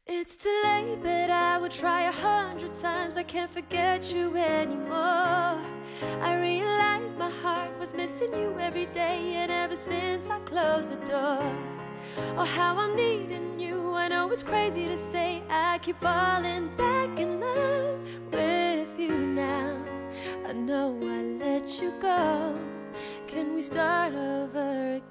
It's too late, but I would try 100 times. I can't forget you anymore. I realized my heart was missing you every day, and ever since I closed the door. Oh, how I'm needing you. I know it's crazy to say. I keep falling back in love with you now. I know I let you go. Can we start over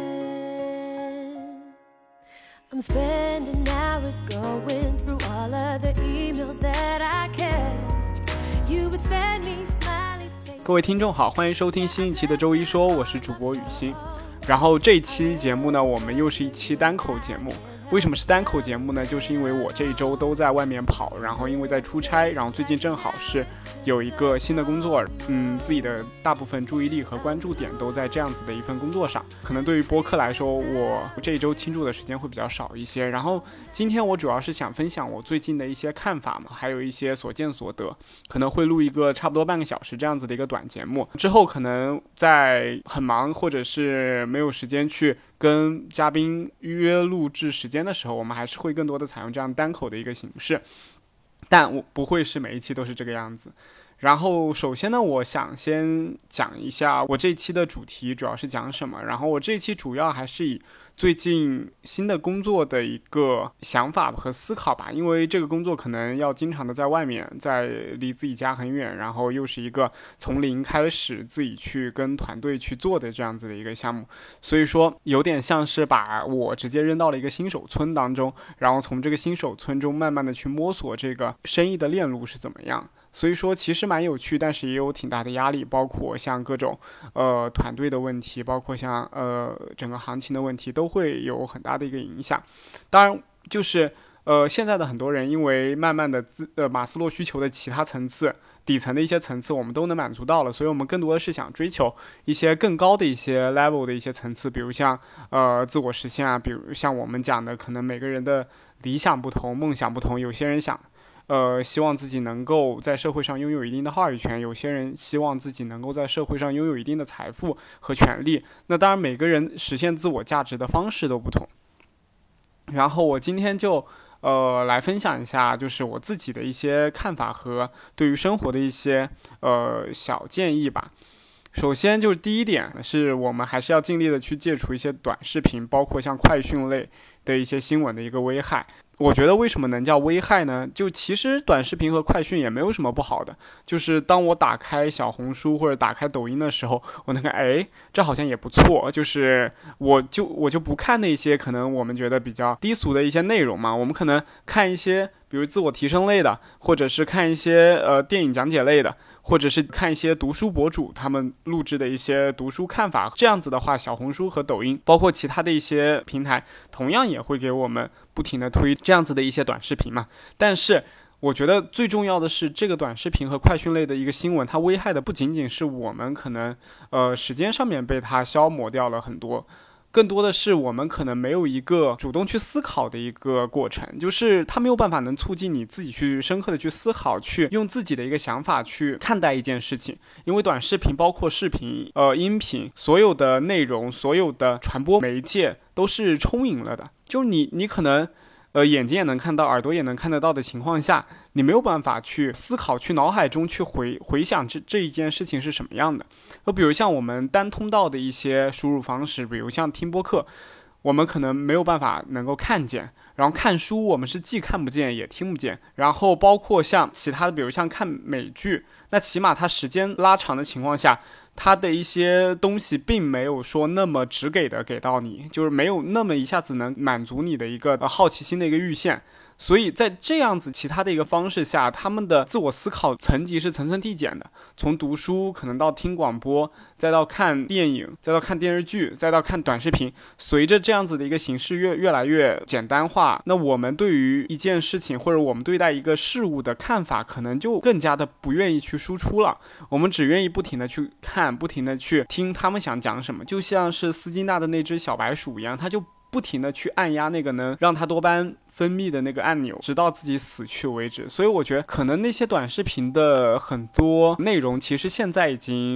again?I'm spending hours going through all of the emails that I kept. You would send me smiley faces. 各位听众好，欢迎收听新一期的周一说，我是主播雨欣。然后这一期节目呢，我们又是一期单口节目。为什么是单口节目呢？就是因为我这一周都在外面跑，然后因为在出差，然后最近正好是有一个新的工作，自己的大部分注意力和关注点都在这样子的一份工作上。可能对于播客来说，我这一周倾注的时间会比较少一些。然后今天我主要是想分享我最近的一些看法嘛，还有一些所见所得，可能会录一个差不多半个小时这样子的一个短节目。之后可能在很忙或者是没有时间去跟嘉宾约录制时间的时候，我们还是会更多的采用这样单口的一个形式，但我不会是每一期都是这个样子。然后首先呢，我想先讲一下我这一期的主题主要是讲什么。然后我这一期主要还是以最近新的工作的一个想法和思考吧，因为这个工作可能要经常的在外面，在离自己家很远，然后又是一个从零开始自己去跟团队去做的这样子的一个项目，所以说有点像是把我直接扔到了一个新手村当中，然后从这个新手村中慢慢的去摸索这个生意的链路是怎么样。所以说其实蛮有趣，但是也有挺大的压力，包括像各种团队的问题，包括像整个行情的问题，都会有很大的一个影响。当然就是现在的很多人因为慢慢的马斯洛需求的其他层次，底层的一些层次我们都能满足到了，所以我们更多的是想追求一些更高的一些 level 的一些层次，比如像自我实现啊，比如像我们讲的可能每个人的理想不同，梦想不同，有些人想希望自己能够在社会上拥有一定的话语权，有些人希望自己能够在社会上拥有一定的财富和权利。那当然每个人实现自我价值的方式都不同。然后我今天就来分享一下就是我自己的一些看法和对于生活的一些小建议吧。首先就是第一点是我们还是要尽力的去戒除一些短视频，包括像快讯类的一些新闻的一个危害。我觉得为什么能叫危害呢？就其实短视频和快讯也没有什么不好的，就是当我打开小红书或者打开抖音的时候，我能看这好像也不错，就是我就不看那些可能我们觉得比较低俗的一些内容嘛，我们可能看一些比如自我提升类的，或者是看一些电影讲解类的，或者是看一些读书博主他们录制的一些读书看法。这样子的话，小红书和抖音包括其他的一些平台同样也会给我们不停的推这样子的一些短视频嘛。但是我觉得最重要的是，这个短视频和快讯类的一个新闻，它危害的不仅仅是我们可能时间上面被它消磨掉了很多，更多的是我们可能没有一个主动去思考的一个过程，就是它没有办法能促进你自己去深刻的去思考，去用自己的一个想法去看待一件事情。因为短视频包括视频音频，所有的内容，所有的传播媒介都是充盈了的，就是你可能眼睛也能看到，耳朵也能看得到的情况下，你没有办法去思考，去脑海中去回想这一件事情是什么样的。比如像我们单通道的一些输入方式，比如像听播客，我们可能没有办法能够看见，然后看书我们是既看不见也听不见，然后包括像其他的，比如像看美剧，那起码它时间拉长的情况下，它的一些东西并没有说那么直给到你，就是没有那么一下子能满足你的一个好奇心的一个阈限。所以在这样子其他的一个方式下，他们的自我思考层级是层层递减的，从读书可能到听广播，再到看电影，再到看电视剧，再到看短视频。随着这样子的一个形式越来越简单化，那我们对于一件事情或者我们对待一个事物的看法可能就更加的不愿意去输出了，我们只愿意不停的去看，不停的去听他们想讲什么，就像是斯金纳的那只小白鼠一样，他就不停的去按压那个能让它多巴胺分泌的那个按钮，直到自己死去为止。所以我觉得可能那些短视频的很多内容其实现在已经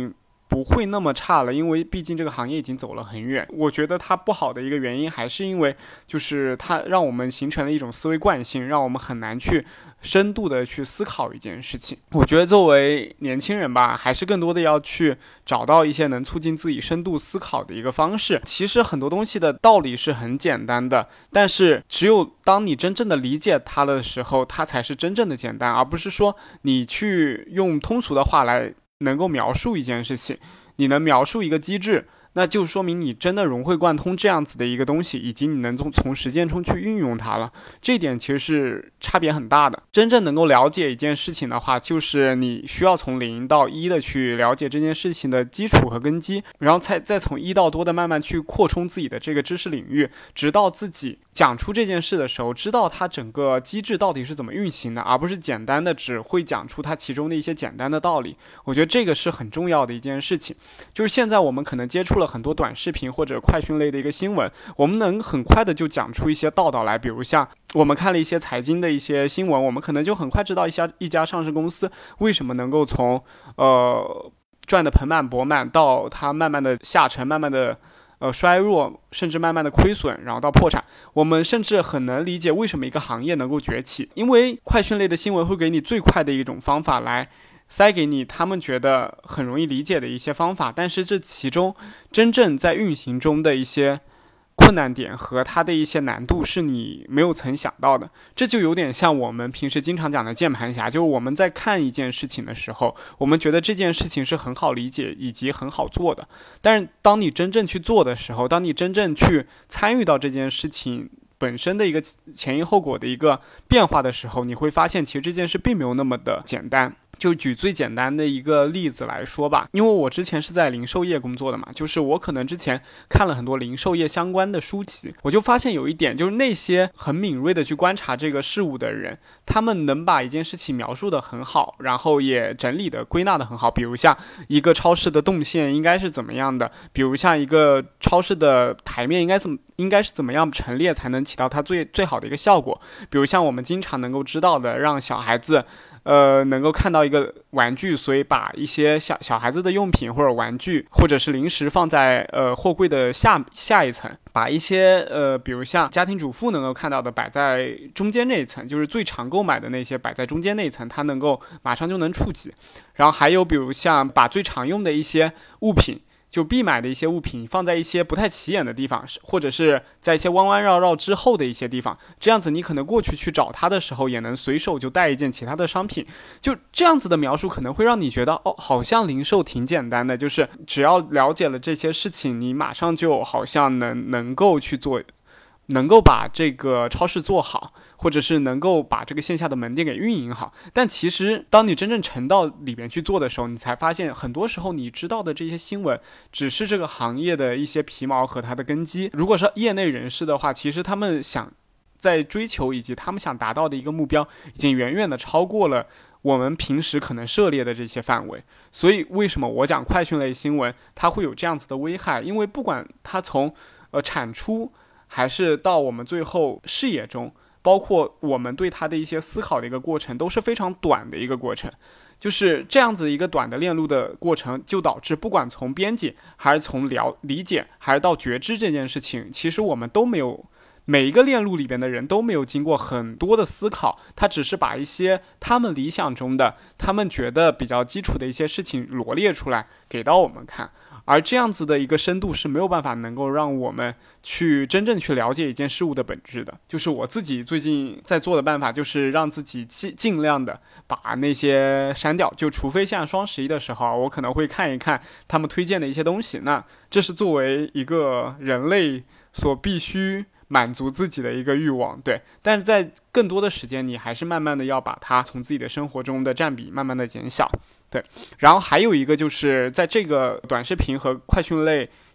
不会那么差了，因为毕竟这个行业已经走了很远。我觉得它不好的一个原因还是因为就是它让我们形成了一种思维惯性，让我们很难去深度的去思考一件事情。我觉得作为年轻人吧，还是更多的要去找到一些能促进自己深度思考的一个方式。其实很多东西的道理是很简单的，但是只有当你真正的理解它的时候，它才是真正的简单，而不是说你去用通俗的话来能够描述一件事情。你能描述一个机制，那就说明你真的融会贯通这样子的一个东西，以及你能从实践中去运用它了。这一点其实是差别很大的。真正能够了解一件事情的话，就是你需要从0到1的去了解这件事情的基础和根基，然后再从1到多的慢慢去扩充自己的这个知识领域，直到自己讲出这件事的时候，知道它整个机制到底是怎么运行的，而不是简单的只会讲出它其中的一些简单的道理。我觉得这个是很重要的一件事情。就是现在我们可能接触了很多短视频或者快讯类的一个新闻，我们能很快的就讲出一些道道来，比如像我们看了一些财经的一些新闻，我们可能就很快知道一家上市公司为什么能够从赚得盆满钵满到它慢慢的下沉，慢慢的衰弱，甚至慢慢的亏损，然后到破产。我们甚至很能理解为什么一个行业能够崛起，因为快讯类的新闻会给你最快的一种方法来塞给你他们觉得很容易理解的一些方法，但是这其中真正在运行中的一些困难点和它的一些难度是你没有曾想到的。这就有点像我们平时经常讲的键盘侠，就是我们在看一件事情的时候，我们觉得这件事情是很好理解以及很好做的，但是当你真正去做的时候，当你真正去参与到这件事情本身的一个前因后果的一个变化的时候，你会发现其实这件事并没有那么的简单。就举最简单的一个例子来说吧，因为我之前是在零售业工作的嘛，就是我可能之前看了很多零售业相关的书籍，我就发现有一点，就是那些很敏锐的去观察这个事物的人，他们能把一件事情描述的很好，然后也整理的归纳的很好。比如像一个超市的动线应该是怎么样的，比如像一个超市的台面应该是怎么样陈列才能起到它最好的一个效果。比如像我们经常能够知道的，让小孩子能够看到一个玩具，所以把一些小孩子的用品或者玩具或者是零食放在货柜的下一层，把一些比如像家庭主妇能够看到的摆在中间那一层，就是最常购买的那些摆在中间那一层，它能够马上就能触及。然后还有比如像把最常用的一些物品，就必买的一些物品放在一些不太起眼的地方，或者是在一些弯弯绕绕之后的一些地方，这样子你可能过去找它的时候也能随手就带一件其他的商品。就这样子的描述可能会让你觉得好像零售挺简单的，就是只要了解了这些事情，你马上就好像能够去做，能够把这个超市做好，或者是能够把这个线下的门店给运营好。但其实当你真正沉到里面去做的时候，你才发现很多时候你知道的这些新闻只是这个行业的一些皮毛和它的根基。如果是业内人士的话，其实他们想在追求以及他们想达到的一个目标已经远远的超过了我们平时可能涉猎的这些范围。所以为什么我讲快讯类新闻它会有这样子的危害，因为不管它从产出还是到我们最后视野中，包括我们对它的一些思考的一个过程，都是非常短的一个过程。就是这样子一个短的链路的过程，就导致不管从编辑还是从理解还是到觉知这件事情，其实我们都没有，每一个链路里边的人都没有经过很多的思考，他只是把一些他们理想中的他们觉得比较基础的一些事情罗列出来给到我们看。而这样子的一个深度是没有办法能够让我们去真正去了解一件事物的本质的。就是我自己最近在做的办法，就是让自己尽量的把那些删掉，就除非像双11的时候，我可能会看一看他们推荐的一些东西，那这是作为一个人类所必须满足自己的一个欲望，对。但是在更多的时间，你还是慢慢的要把它从自己的生活中的占比慢慢的减小，对。然后还有一个就是在这个短视频和快讯类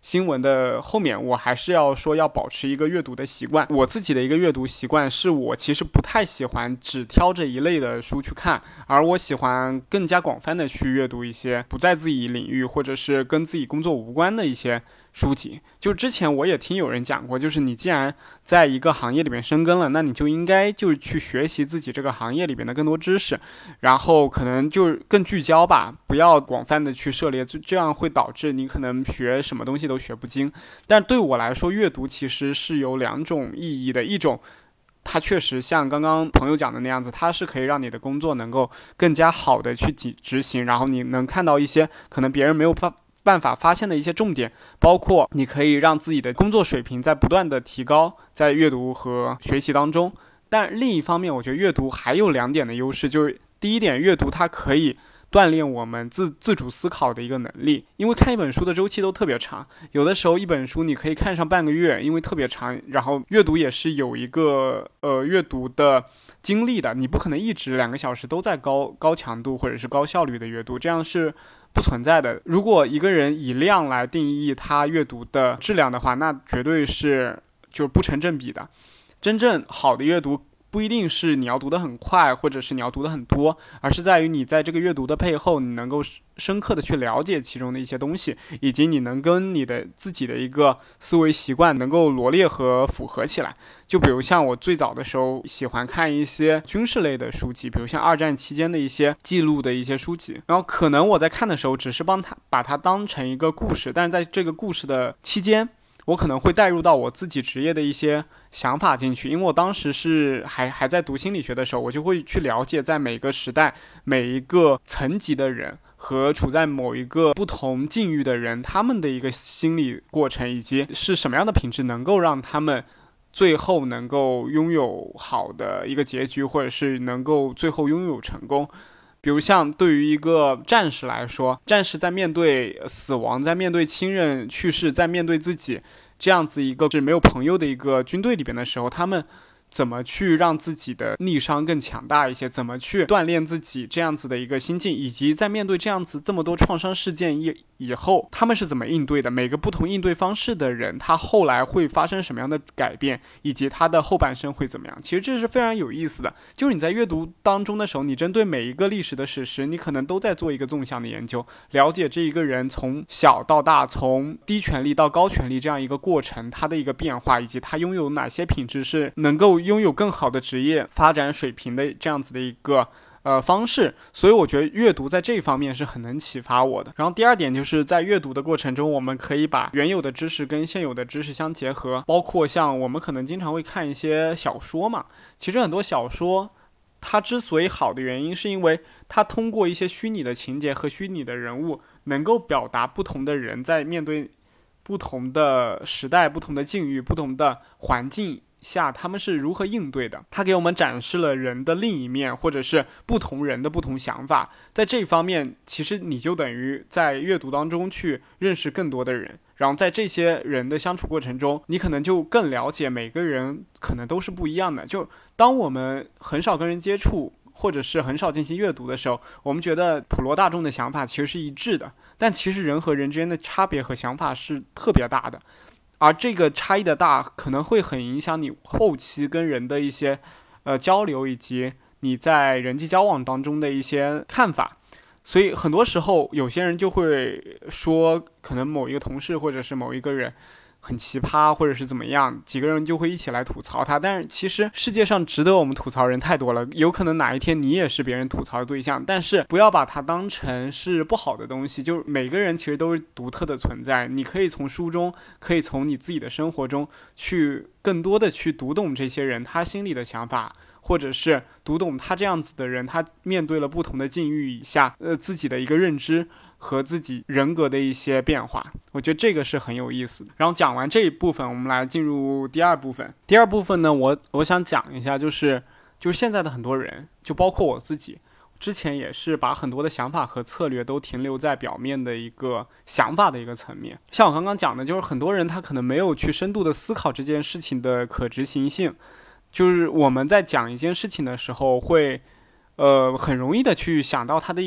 新闻的后面，我还是要说要保持一个阅读的习惯。我自己的一个阅读习惯是我其实不太喜欢只挑着一类的书去看，而我喜欢更加广泛的去阅读一些不在自己领域或者是跟自己工作无关的一些书籍。就之前我也听有人讲过，就是你既然在一个行业里面深耕了，那你就应该就去学习自己这个行业里边的更多知识，然后可能就更聚焦吧，不要广泛的去涉猎，这样会导致你可能学什么东西都学不精。但对我来说，阅读其实是有两种意义的，一种它确实像刚刚朋友讲的那样子，它是可以让你的工作能够更加好的去执行，然后你能看到一些可能别人没有办法发现的一些重点，包括你可以让自己的工作水平在不断的提高，在阅读和学习当中。但另一方面，我觉得阅读还有2点的优势，就是第一点，阅读它可以锻炼我们自主思考的一个能力，因为看一本书的周期都特别长，有的时候一本书你可以看上半个月，因为特别长，然后阅读也是有一个阅读的经历的，你不可能一直2个小时都在高强度或者是高效率的阅读，这样是不存在的。如果一个人以量来定义他阅读的质量的话，那绝对是就是不成正比的。真正好的阅读不一定是你要读得很快，或者是你要读得很多，而是在于你在这个阅读的背后，你能够深刻的去了解其中的一些东西，以及你能跟你的自己的一个思维习惯能够罗列和符合起来。就比如像我最早的时候喜欢看一些军事类的书籍，比如像2战期间的一些记录的一些书籍，然后可能我在看的时候只是把它当成一个故事，但是在这个故事的期间，我可能会带入到我自己职业的一些想法进去，因为我当时是还在读心理学的时候，我就会去了解在每个时代每一个层级的人和处在某一个不同境遇的人，他们的一个心理过程，以及是什么样的品质能够让他们最后能够拥有好的一个结局，或者是能够最后拥有成功。比如像对于一个战士来说，战士在面对死亡，在面对亲人去世，在面对自己这样子一个是没有朋友的一个军队里边的时候，他们怎么去让自己的逆商更强大一些，怎么去锻炼自己这样子的一个心境，以及在面对这样子这么多创伤事件以后，他们是怎么应对的，每个不同应对方式的人他后来会发生什么样的改变，以及他的后半生会怎么样。其实这是非常有意思的，就是你在阅读当中的时候，你针对每一个历史的史实，你可能都在做一个纵向的研究，了解这一个人从小到大，从低权力到高权力这样一个过程，他的一个变化，以及他拥有哪些品质是能够拥有更好的职业发展水平的这样子的一个方式。所以我觉得阅读在这方面是很能启发我的。然后第2点就是在阅读的过程中，我们可以把原有的知识跟现有的知识相结合，包括像我们可能经常会看一些小说嘛，其实很多小说它之所以好的原因，是因为它通过一些虚拟的情节和虚拟的人物，能够表达不同的人在面对不同的时代、不同的境遇、不同的环境下他们是如何应对的。他给我们展示了人的另一面，或者是不同人的不同想法。在这一方面，其实你就等于在阅读当中去认识更多的人，然后在这些人的相处过程中，你可能就更了解每个人可能都是不一样的。就当我们很少跟人接触，或者是很少进行阅读的时候，我们觉得普罗大众的想法其实是一致的，但其实人和人之间的差别和想法是特别大的。而这个差异的大，可能会很影响你后期跟人的一些交流，以及你在人际交往当中的一些看法。所以很多时候，有些人就会说，可能某一个同事或者是某一个人很奇葩，或者是怎么样，几个人就会一起来吐槽他。但是其实世界上值得我们吐槽人太多了，有可能哪一天你也是别人吐槽的对象，但是不要把它当成是不好的东西。就每个人其实都是独特的存在，你可以从书中，可以从你自己的生活中去更多的去读懂这些人他心里的想法，或者是读懂他这样子的人他面对了不同的境遇以下自己的一个认知和自己人格的一些变化。我觉得这个是很有意思的。然后讲完这一部分，我们来进入第2部分。第2部分呢，我想讲一下，就是现在的很多人，就包括我自己，之前也是把很多的想法和策略都停留在表面的一个想法的一个层面。像我刚刚讲的，就是很多人他可能没有去深度的思考这件事情的可执行性。就是我们在讲一件事情的时候，会很容易的去想到它的一个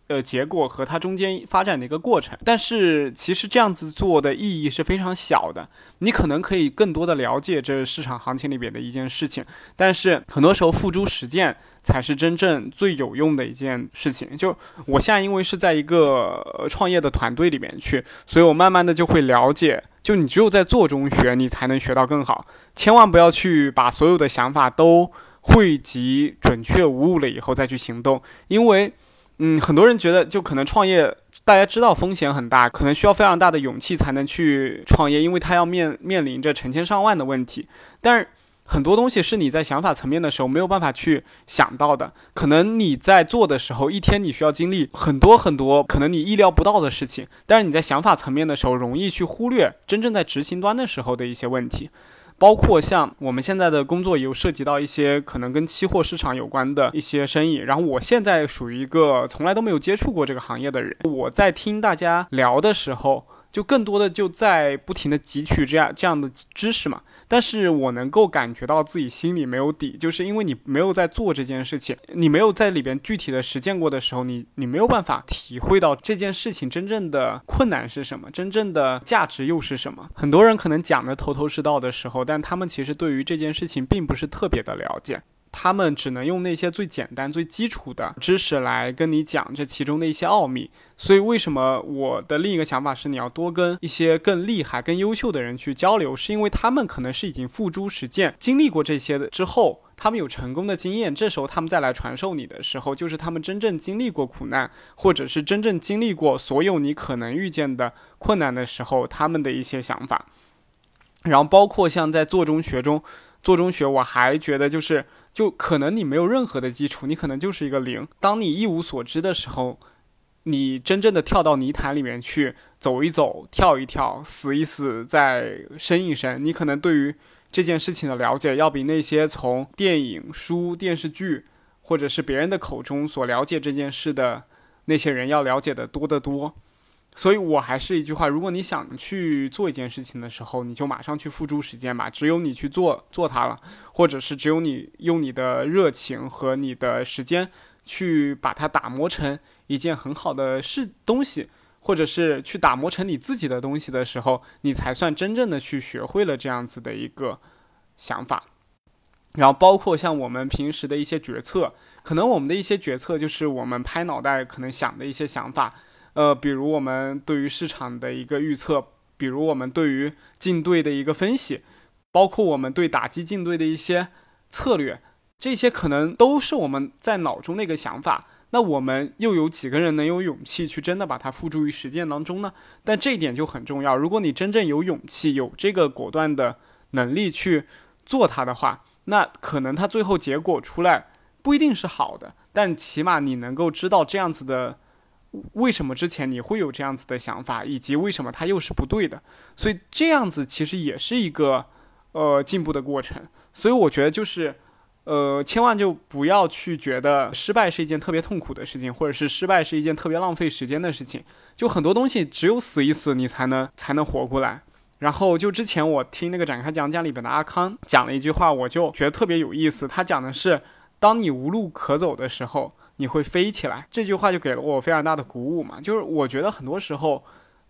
结果和它中间发展的一个过程。但是其实这样子做的意义是非常小的，你可能可以更多的了解这市场行情里边的一件事情，但是很多时候付诸实践才是真正最有用的一件事情。就我现在因为是在一个创业的团队里面去，所以我慢慢的就会了解，就你只有在做中学，你才能学到更好。千万不要去把所有的想法都汇集准确无误了以后再去行动，因为很多人觉得就可能创业，大家知道风险很大，可能需要非常大的勇气才能去创业，因为他要面临着成千上万的问题。但是很多东西是你在想法层面的时候没有办法去想到的，可能你在做的时候，一天你需要经历很多很多可能你意料不到的事情，但是你在想法层面的时候容易去忽略真正在执行端的时候的一些问题。包括像我们现在的工作也有涉及到一些可能跟期货市场有关的一些生意，然后我现在属于一个从来都没有接触过这个行业的人，我在听大家聊的时候就更多的就在不停的汲取这样的知识嘛，但是我能够感觉到自己心里没有底，就是因为你没有在做这件事情，你没有在里边具体的实践过的时候，你没有办法体会到这件事情真正的困难是什么，真正的价值又是什么。很多人可能讲的头头是道的时候，但他们其实对于这件事情并不是特别的了解，他们只能用那些最简单最基础的知识来跟你讲这其中的一些奥秘。所以为什么我的另一个想法是你要多跟一些更厉害更优秀的人去交流，是因为他们可能是已经付诸实践经历过这些的之后，他们有成功的经验，这时候他们再来传授你的时候，就是他们真正经历过苦难，或者是真正经历过所有你可能遇见的困难的时候，他们的一些想法。然后包括像在做中学我还觉得就可能你没有任何的基础，你可能就是一个零，当你一无所知的时候，你真正的跳到泥潭里面去走一走跳一跳死一死再生一生，你可能对于这件事情的了解要比那些从电影书电视剧或者是别人的口中所了解这件事的那些人要了解的多得多。所以我还是一句话，如果你想去做一件事情的时候，你就马上去付诸实践吧，只有你去做它了，或者是只有你用你的热情和你的时间去把它打磨成一件很好的东西，或者是去打磨成你自己的东西的时候，你才算真正的去学会了这样子的一个想法。然后包括像我们平时的一些决策，可能我们的一些决策就是我们拍脑袋可能想的一些想法，比如我们对于市场的一个预测，比如我们对于竞对的一个分析，包括我们对打击竞对的一些策略，这些可能都是我们在脑中的一个想法。那我们又有几个人能有勇气去真的把它付诸于实践当中呢？但这一点就很重要，如果你真正有勇气，有这个果断的能力去做它的话，那可能它最后结果出来不一定是好的，但起码你能够知道这样子的为什么之前你会有这样子的想法，以及为什么它又是不对的。所以这样子其实也是一个进步的过程。所以我觉得就是千万就不要去觉得失败是一件特别痛苦的事情，或者是失败是一件特别浪费时间的事情。就很多东西只有死一死你才能活过来。然后就之前我听那个展开讲里边的阿康讲了一句话，我就觉得特别有意思。他讲的是当你无路可走的时候你会飞起来，这句话就给了我非常大的鼓舞嘛。就是我觉得很多时候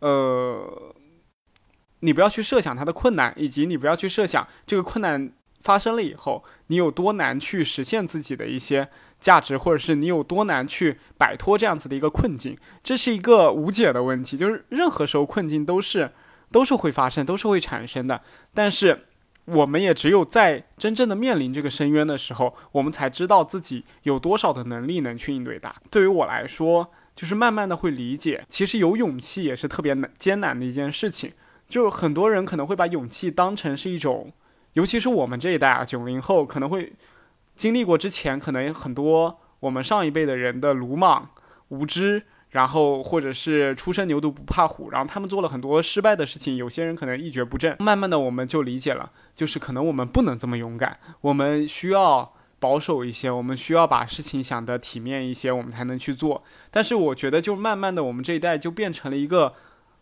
你不要去设想它的困难，以及你不要去设想这个困难发生了以后你有多难去实现自己的一些价值，或者是你有多难去摆脱这样子的一个困境。这是一个无解的问题，就是任何时候困境都是会发生，都是会产生的。但是我们也只有在真正的面临这个深渊的时候，我们才知道自己有多少的能力能去应对它。对于我来说，就是慢慢的会理解，其实有勇气也是特别艰难的一件事情。就很多人可能会把勇气当成是一种，尤其是我们这一代90后可能会经历过之前可能很多我们上一辈的人的鲁莽无知，然后或者是初生牛犊不怕虎，然后他们做了很多失败的事情，有些人可能一蹶不振。慢慢的我们就理解了，就是可能我们不能这么勇敢，我们需要保守一些，我们需要把事情想得体面一些，我们才能去做。但是我觉得就慢慢的我们这一代就变成了一个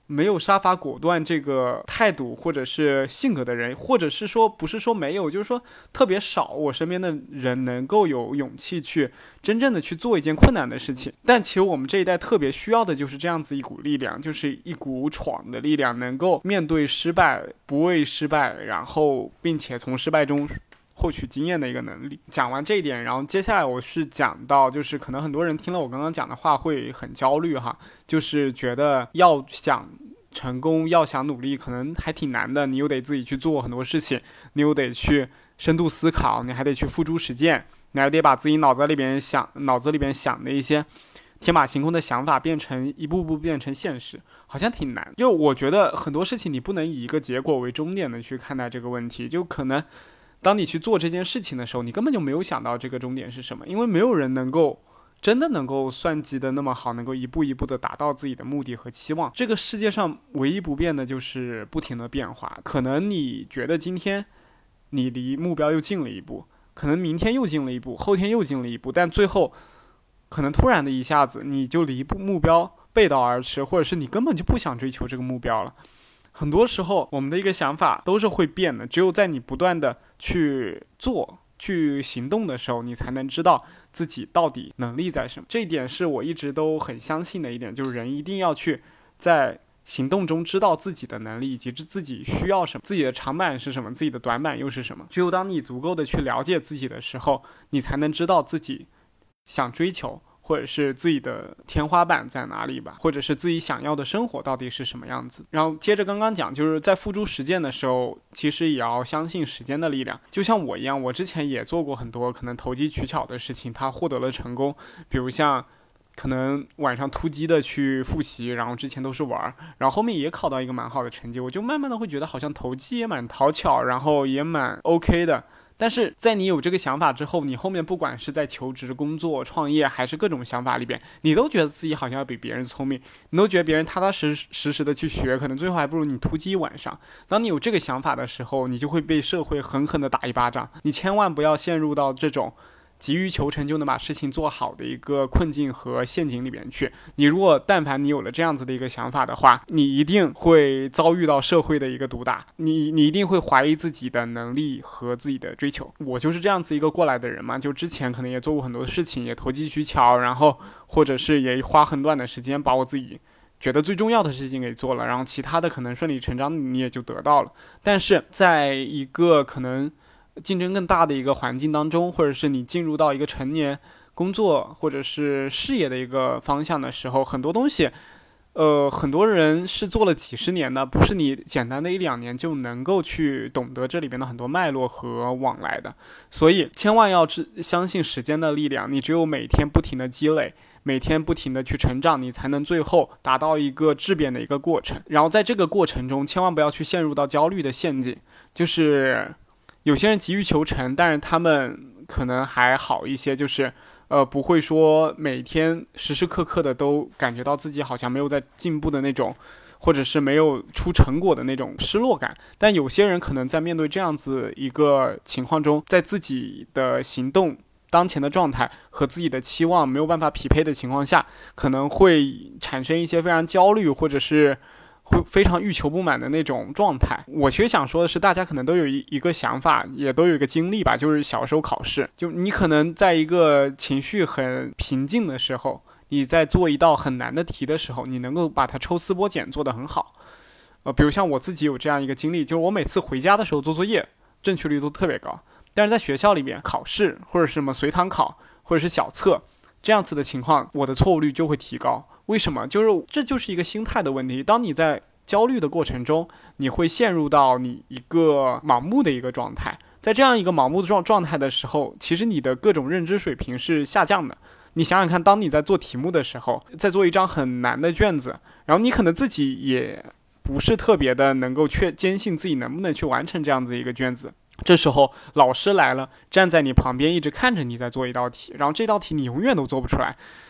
没有杀伐果断这个态度或者是性格的人，或者是说不是说没有，就是说特别少，我身边的人能够有勇气去真正的去做一件困难的事情。但其实我们这一代特别需要的就是这样子一股力量，就是一股闯的力量，能够面对失败不畏失败，然后并且从失败中获取经验的一个能力。讲完这一点，然后接下来我是讲到，就是可能很多人听了我刚刚讲的话会很焦虑哈，就是觉得要想成功，要想努力，可能还挺难的。你又得自己去做很多事情，你又得去深度思考，你还得去付诸实践，你还得把自己脑子里边想的一些天马行空的想法一步步变成现实，好像挺难。就我觉得很多事情你不能以一个结果为终点的去看待这个问题，就可能当你去做这件事情的时候，你根本就没有想到这个终点是什么，因为没有人真的能够算计的那么好，能够一步一步的达到自己的目的和期望。这个世界上唯一不变的就是不停的变化，可能你觉得今天你离目标又近了一步，可能明天又近了一步，后天又近了一步，但最后可能突然的一下子你就离目标背道而驰，或者是你根本就不想追求这个目标了。很多时候我们的一个想法都是会变的，只有在你不断的去做去行动的时候，你才能知道自己到底能力在什么。这一点是我一直都很相信的一点，就是人一定要去在行动中知道自己的能力以及自己需要什么，自己的长板是什么，自己的短板又是什么。只有当你足够的去了解自己的时候，你才能知道自己想追求或者是自己的天花板在哪里吧，或者是自己想要的生活到底是什么样子。然后接着刚刚讲，就是在付诸实践的时候，其实也要相信时间的力量。就像我一样，我之前也做过很多可能投机取巧的事情，它获得了成功，比如像可能晚上突击的去复习，然后之前都是玩，然后后面也考到一个蛮好的成绩，我就慢慢的会觉得好像投机也蛮讨巧，然后也蛮 OK 的。但是在你有这个想法之后，你后面不管是在求职、工作、创业还是各种想法里边，你都觉得自己好像要比别人聪明，你都觉得别人踏踏实实的去学，可能最后还不如你突击一晚上。当你有这个想法的时候，你就会被社会狠狠的打一巴掌。你千万不要陷入到这种急于求成就能把事情做好的一个困境和陷阱里边去。你如果但凡你有了这样子的一个想法的话，你一定会遭遇到社会的一个毒打，你一定会怀疑自己的能力和自己的追求。我就是这样子一个过来的人嘛，就之前可能也做过很多事情，也投机取巧，然后或者是也花很短的时间把我自己觉得最重要的事情给做了，然后其他的可能顺理成章你也就得到了。但是在一个可能竞争更大的一个环境当中，或者是你进入到一个成年工作或者是事业的一个方向的时候，很多东西很多人是做了几十年的，不是你简单的一两年就能够去懂得这里边的很多脉络和往来的。所以千万要相信时间的力量，你只有每天不停的积累，每天不停的去成长，你才能最后达到一个质变的一个过程。然后在这个过程中千万不要去陷入到焦虑的陷阱，就是有些人急于求成，但是他们可能还好一些，就是不会说每天时时刻刻的都感觉到自己好像没有在进步的那种，或者是没有出成果的那种失落感。但有些人可能在面对这样子一个情况中，在自己的行动当前的状态和自己的期望没有办法匹配的情况下，可能会产生一些非常焦虑，或者是会非常欲求不满的那种状态。我其实想说的是，大家可能都有一个想法，也都有一个经历吧，就是小时候考试，就你可能在一个情绪很平静的时候，你在做一道很难的题的时候，你能够把它抽丝剥茧做得很好。比如像我自己有这样一个经历，就是我每次回家的时候做作业，正确率都特别高，但是在学校里面考试或者什么随堂考或者是小测这样子的情况，我的错误率就会提高。为什么？这就是一个心态的问题。当你在焦虑的过程中，你会陷入到你一个盲目的一个状态。在这样一个盲目的状态的时候，其实你的各种认知水平是下降的。你想想看，当你在做题目的时候，在做一张很难的卷子，然后你可能自己也不是特别的能够坚信自己能不能去完成这样子一个卷子，这时候老师来了，站在你旁边一直看着你在做一道题，然后这道题你永远都做不出来，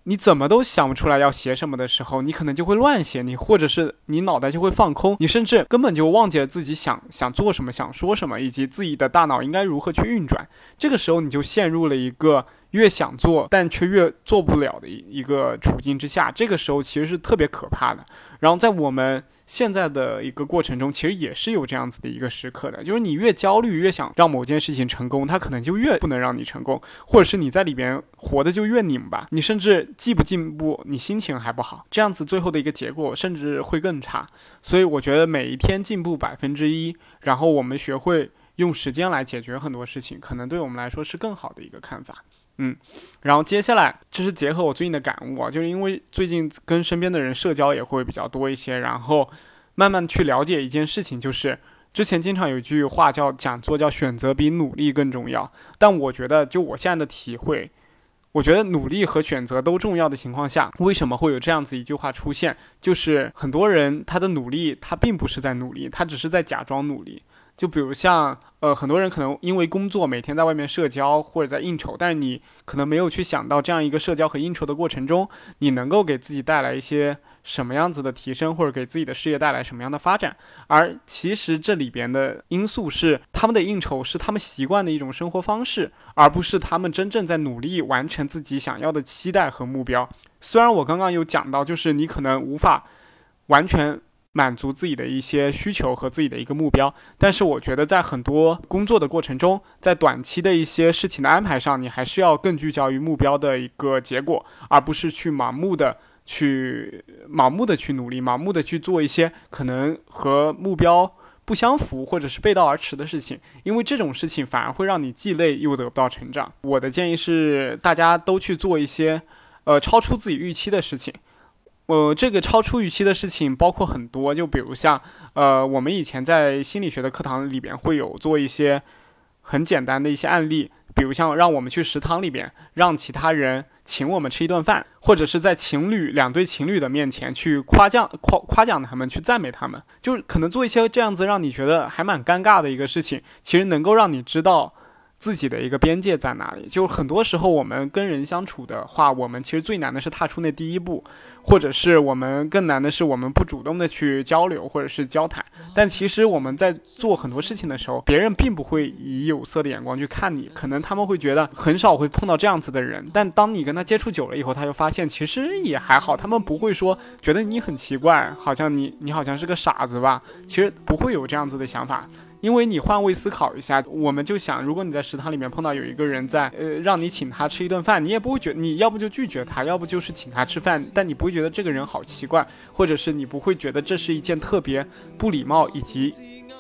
你怎么都想不出来要写什么的时候，你可能就会乱写，你或者是你脑袋就会放空，你甚至根本就忘记了自己想做什么，想说什么，以及自己的大脑应该如何去运转。这个时候你就陷入了一个越想做但却越做不了的一个处境之下，这个时候其实是特别可怕的。然后在我们现在的一个过程中，其实也是有这样子的一个时刻的，就是你越焦虑，越想让某件事情成功，它可能就越不能让你成功，或者是你在里边活得就越拧巴，你甚至既不进步，你心情还不好，这样子最后的一个结果甚至会更差。所以我觉得每一天进步1%，然后我们学会用时间来解决很多事情，可能对我们来说是更好的一个看法。然后接下来这是结合我最近的感悟啊，就是因为最近跟身边的人社交也会比较多一些，然后慢慢去了解一件事情，就是之前经常有一句话讲座叫选择比努力更重要，但我觉得就我现在的体会，我觉得努力和选择都重要的情况下，为什么会有这样子一句话出现，就是很多人他的努力他并不是在努力，他只是在假装努力。就比如像很多人可能因为工作每天在外面社交或者在应酬，但是你可能没有去想到这样一个社交和应酬的过程中，你能够给自己带来一些什么样子的提升，或者给自己的事业带来什么样的发展。而其实这里边的因素是他们的应酬是他们习惯的一种生活方式，而不是他们真正在努力完成自己想要的期待和目标。虽然我刚刚有讲到，就是你可能无法完全满足自己的一些需求和自己的一个目标，但是我觉得在很多工作的过程中，在短期的一些事情的安排上，你还是要更聚焦于目标的一个结果，而不是去盲目的去努力，盲目的去做一些可能和目标不相符或者是背道而驰的事情，因为这种事情反而会让你既累又得不到成长。我的建议是大家都去做一些超出自己预期的事情。这个超出预期的事情包括很多，就比如像我们以前在心理学的课堂里边会有做一些很简单的一些案例，比如像让我们去食堂里边让其他人请我们吃一顿饭，或者是在两对情侣的面前去夸奖他们，去赞美他们，就是可能做一些这样子让你觉得还蛮尴尬的一个事情，其实能够让你知道自己的一个边界在哪里。就很多时候我们跟人相处的话，我们其实最难的是踏出那第一步，或者是我们更难的是我们不主动的去交流或者是交谈。但其实我们在做很多事情的时候，别人并不会以有色的眼光去看你，可能他们会觉得很少会碰到这样子的人，但当你跟他接触久了以后，他就发现其实也还好，他们不会说觉得你很奇怪，好像你好像是个傻子吧，其实不会有这样子的想法。因为你换位思考一下，我们就想，如果你在食堂里面碰到有一个人在让你请他吃一顿饭，你也不会觉得，你要不就拒绝他，要不就是请他吃饭，但你不会觉得这个人好奇怪，或者是你不会觉得这是一件特别不礼貌以及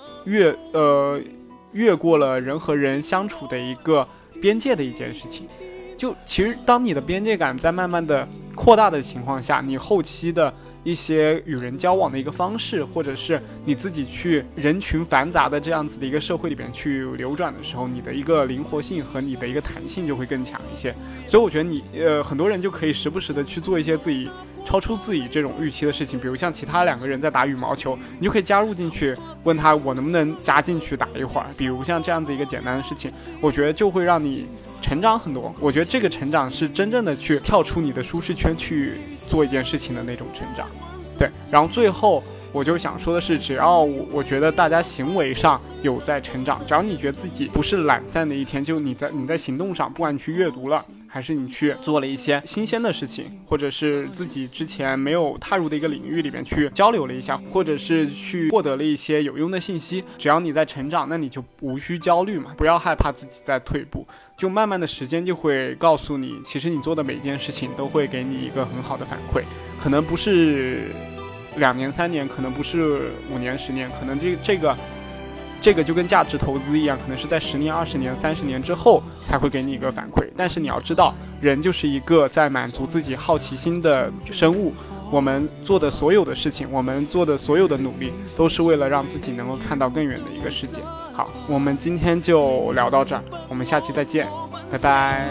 越过了人和人相处的一个边界的一件事情。就其实当你的边界感在慢慢的扩大的情况下，你后期的一些与人交往的一个方式，或者是你自己去人群繁杂的这样子的一个社会里边去流转的时候，你的一个灵活性和你的一个弹性就会更强一些。所以我觉得你很多人就可以时不时的去做一些自己超出自己这种预期的事情，比如像其他2个人在打羽毛球，你就可以加入进去，问他我能不能加进去打一会儿，比如像这样子一个简单的事情，我觉得就会让你成长很多。我觉得这个成长是真正的去跳出你的舒适圈去做一件事情的那种成长。对，然后最后我就想说的是，只要我觉得大家行为上有在成长，只要你觉得自己不是懒散的一天，就你在行动上，不管你去阅读了，还是你去做了一些新鲜的事情，或者是自己之前没有踏入的一个领域里面去交流了一下，或者是去获得了一些有用的信息，只要你在成长，那你就无需焦虑嘛，不要害怕自己在退步，就慢慢的时间就会告诉你，其实你做的每一件事情都会给你一个很好的反馈，可能不是2年3年，可能不是5年10年，可能这个就跟价值投资一样，可能是在10年20年30年之后才会给你一个反馈。但是你要知道，人就是一个在满足自己好奇心的生物，我们做的所有的事情，我们做的所有的努力，都是为了让自己能够看到更远的一个世界。好，我们今天就聊到这儿，我们下期再见，拜拜。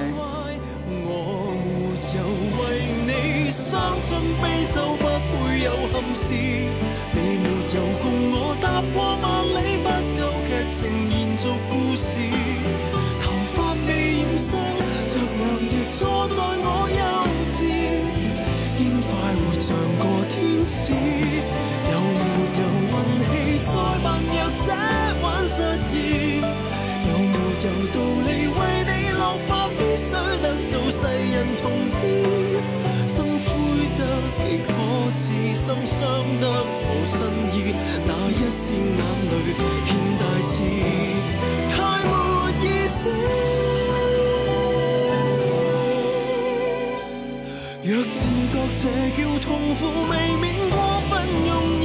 生春悲秋不會有憾事，你沒有共我踏過萬里，不夠劇情延續故事，頭髮未染霜，着涼亦錯在我幼稚。 需得到世人同意，心灰得極可恥，心傷得無新意，那一線眼淚欠大志，太沒意思。若自覺這叫痛苦，未免過分容易。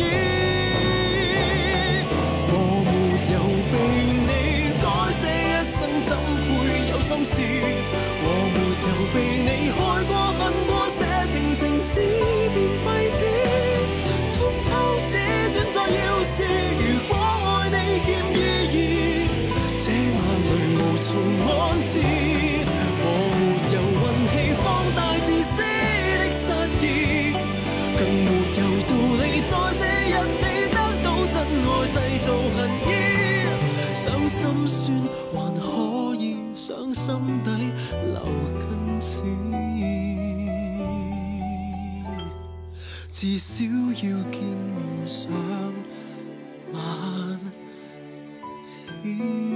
我沒有被你改寫一生，怎會有心事？我沒有被你害過、恨過，寫情情詩變廢紙。春秋只轉再要是，如果愛你欠意義，這眼淚無從安置。我沒有運氣放大自私的失意，更沒有道理在這日你得到真愛製造恨意。傷心酸還可以，傷心底留根刺，至少要見面上晚次。